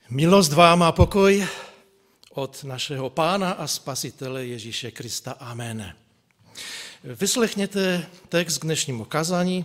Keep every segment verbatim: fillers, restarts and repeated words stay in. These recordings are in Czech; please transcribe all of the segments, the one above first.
Milost vám a pokoj od našeho Pána a Spasitele Ježíše Krista. Amen. Vyslechněte text k dnešnímu kázání.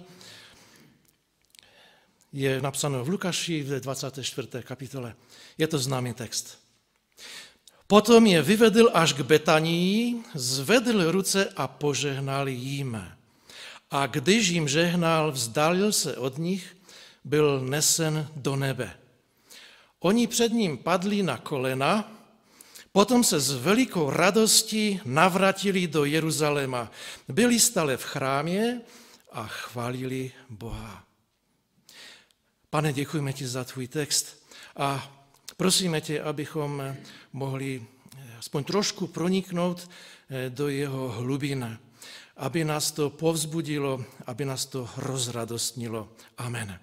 Je napsáno v Lukáši v dvacáté čtvrté kapitole. Je to známý text. Potom je vyvedl až k Betanii, zvedl ruce a požehnal jim. A když jim žehnal, vzdálil se od nich, byl nesen do nebe. Oni před ním padli na kolena, potom se s velikou radostí navrátili do Jeruzaléma. Byli stále v chrámě a chválili Boha. Pane, děkujeme ti za tvůj text a prosíme tě, abychom mohli aspoň trošku proniknout do jeho hlubin, aby nás to povzbudilo, aby nás to rozradostnilo. Amen.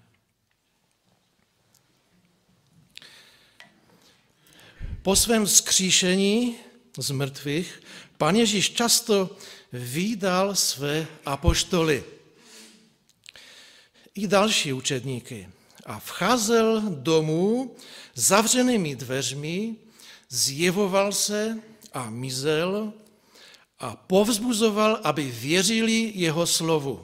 Po svém vzkříšení z mrtvých Pán Ježíš často vydal své apoštoly i další učedníky a vcházel domů zavřenými dveřmi, zjevoval se a mizel a povzbuzoval, aby věřili jeho slovu.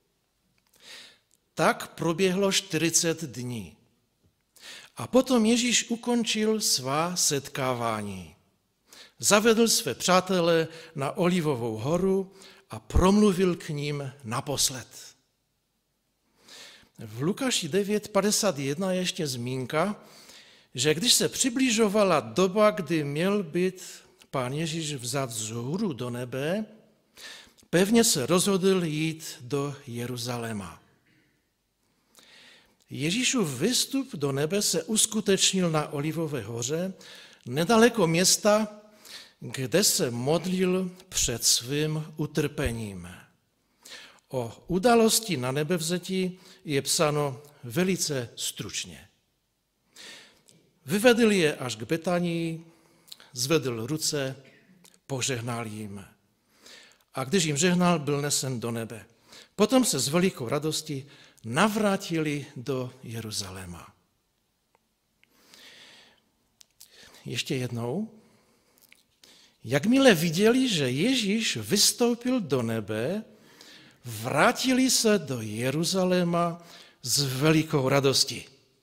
Tak proběhlo čtyřicet dní. A potom Ježíš ukončil svá setkávání. Zavedl své přátele na Olivovou horu a promluvil k ním naposled. V Lukáši devět padesát jedna je ještě zmínka, že když se přibližovala doba, kdy měl být Pán Ježíš vzat vzhůru do nebe, pevně se rozhodl jít do Jeruzaléma. Ježíšův výstup do nebe se uskutečnil na Olivové hoře, nedaleko města, kde se modlil před svým utrpením. O události na nebevzetí je psáno velice stručně. Vyvedl je až k Betanii, zvedl ruce, požehnal jim. A když jim žehnal, byl nesen do nebe. Potom se s velikou radostí navrátili do Jeruzaléma. Ještě jednou. Jakmile viděli, že Ježíš vystoupil do nebe, vrátili se do Jeruzaléma s velikou radostí.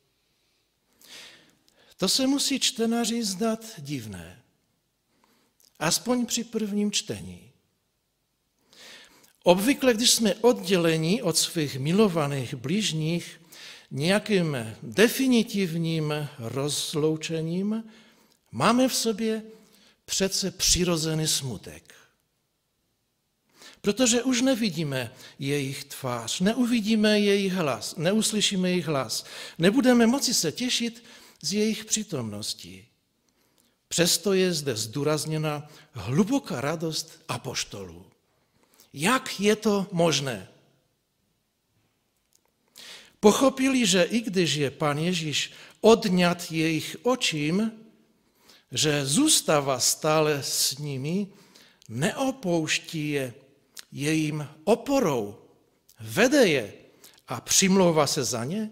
To se musí čtenáři zdát divné. Aspoň při prvním čtení. Obvykle, když jsme odděleni od svých milovaných bližních nějakým definitivním rozloučením, máme v sobě přece přirozený smutek. Protože už nevidíme jejich tvář, neuvidíme jejich hlas, neuslyšíme jejich hlas, nebudeme moci se těšit z jejich přítomností. Přesto je zde zdůrazněna hluboká radost apoštolů. Jak je to možné? Pochopili, že i když je Pán Ježíš odňat jejich očím, že zůstává stále s nimi, neopouští je, jejím oporou, vede je a přimlouvá se za ně?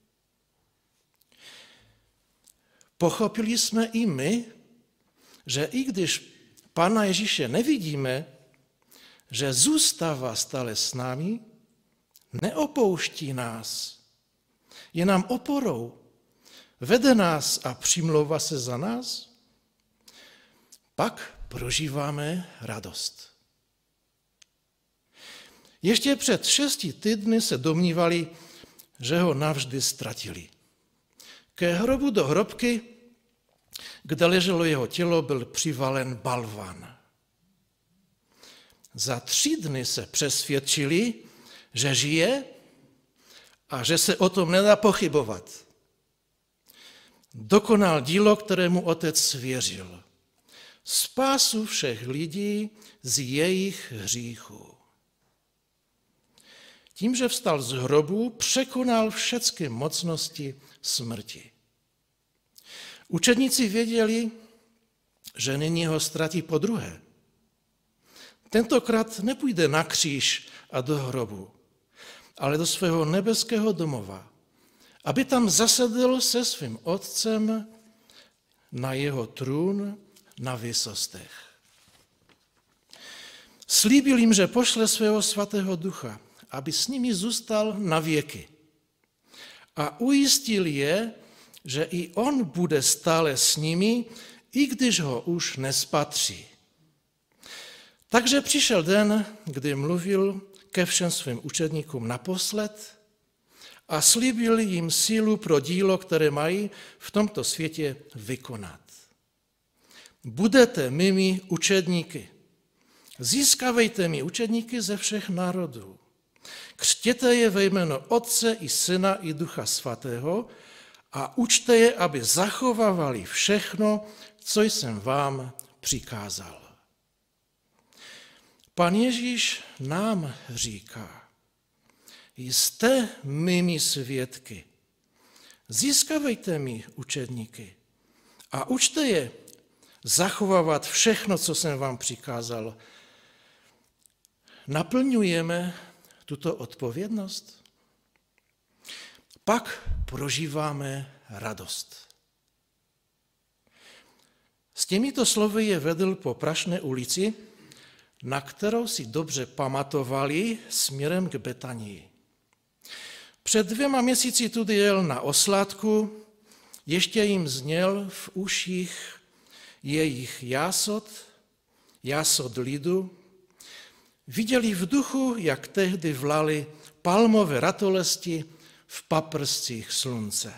Pochopili jsme i my, že i když Pána Ježíše nevidíme, že zůstává stále s námi, neopouští nás, je nám oporou, vede nás a přimlouvá se za nás, pak prožíváme radost. Ještě před šesti týdny se domnívali, že ho navždy ztratili. Ke hrobu do hrobky, kde leželo jeho tělo, byl přivalen balvan. Za tři dny se přesvědčili, že žije a že se o tom nedá pochybovat. Dokonal dílo, kterému otec svěřil. Spásu všech lidí z jejich hříchů. Tím, že vstal z hrobu, překonal všechny mocnosti smrti. Učedníci věděli, že nyní ho ztratí podruhé. Tentokrát nepůjde na kříž a do hrobu, ale do svého nebeského domova, aby tam zasedl se svým otcem na jeho trůn na vysostech. Slíbil jim, že pošle svého svatého ducha, aby s nimi zůstal na věky. A ujistil je, že i on bude stále s nimi, i když ho už nespatří. Takže přišel den, kdy mluvil ke všem svým učedníkům naposled a slíbil jim sílu pro dílo, které mají v tomto světě vykonat. Budete mými učedníky. Získávejte mi učedníky ze všech národů. Křtěte je ve jméno Otce i Syna i Ducha Svatého a učte je, aby zachovávali všechno, co jsem vám přikázal. Pan Ježíš nám říká, jste mými svědky, získávejte mi učedníky a učte je zachovávat všechno, co jsem vám přikázal. Naplňujeme tuto odpovědnost? Pak prožíváme radost. S těmito slovy je vedl po Prašné ulici, na kterou si dobře pamatovali směrem k Betanii. Před dvěma měsíci tudy jel na oslátku, ještě jim zněl v uších jejich jásot, jásot lidu. Viděli v duchu, jak tehdy vlaly palmové ratolesti v paprscích slunce.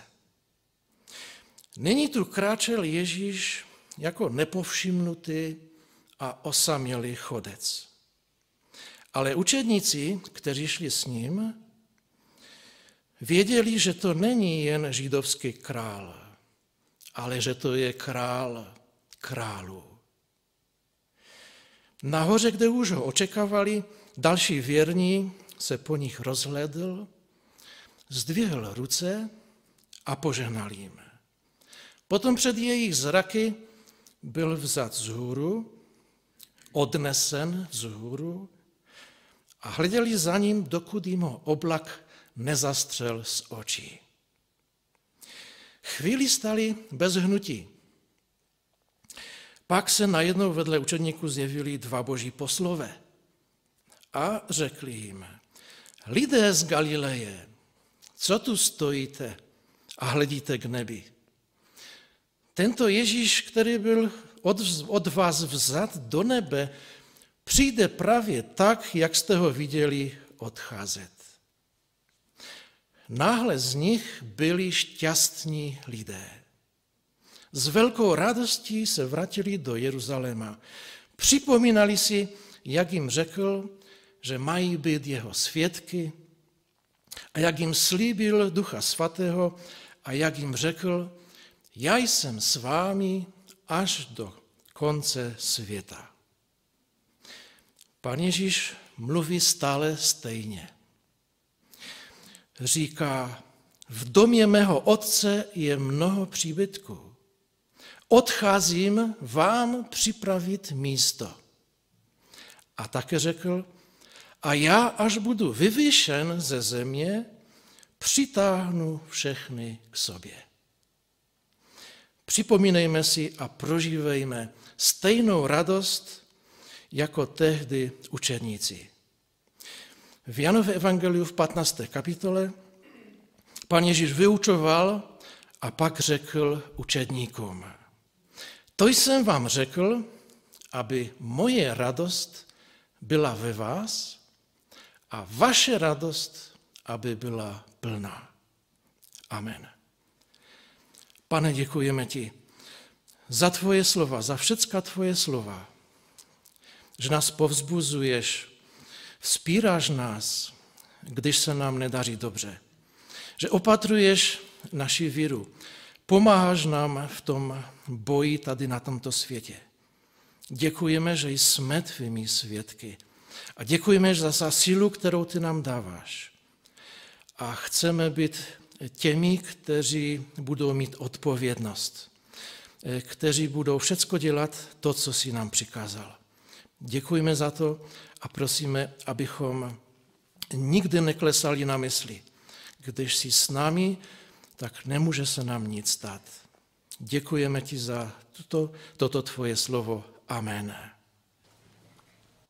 Nyní tu kráčel Ježíš jako nepovšimnutý a osamělý chodec. Ale učedníci, kteří šli s ním, věděli, že to není jen židovský král, ale že to je král králů. Nahoře, kde už ho očekávali, další věrní se po nich rozhlédl, zdvihl ruce a požehnal jim. Potom před jejich zraky byl vzat vzhůru, odnesen vzhůru a hleděli za ním, dokud jim ho oblak nezastřel z očí. Chvíli stali bez hnutí. Pak se najednou vedle učedníků zjevili dva boží poslové a řekli jim, lidé z Galileje, co tu stojíte a hledíte k nebi? Tento Ježíš, který byl od, od vás vzat do nebe, přijde právě tak, jak jste ho viděli odcházet. Náhle z nich byli šťastní lidé. S velkou radostí se vrátili do Jeruzaléma. Připomínali si, jak jim řekl, že mají být jeho svědky a jak jim slíbil Ducha Svatého a jak jim řekl, já jsem s vámi až do konce světa. Pan Ježíš mluví stále stejně. Říká, v domě mého Otce je mnoho příbytků. Odcházím vám připravit místo. A také řekl, a já, až budu vyvýšen ze země, přitáhnu všechny k sobě. Připomínejme si a prožívejme stejnou radost jako tehdy učedníci. V Janově evangeliu v patnácté kapitole pan Ježíš vyučoval a pak řekl učedníkům, to jsem vám řekl, aby moje radost byla ve vás a vaše radost, aby byla plná. Amen. Pane, děkujeme ti za tvoje slova, za všecka tvoje slova, že nás povzbuzuješ, vzpíráš nás, když se nám nedaří dobře, že opatruješ naši víru, pomáháš nám v tom boji tady na tomto světě. Děkujeme, že jsme tvými svědky a děkujeme za sílu, kterou ty nám dáváš. A chceme být těmi, kteří budou mít odpovědnost, kteří budou všecko dělat to, co jsi nám přikázal. Děkujeme za to a prosíme, abychom nikdy neklesali na mysli. Když jsi s námi, tak nemůže se nám nic stát. Děkujeme ti za tuto, toto tvoje slovo. Amen.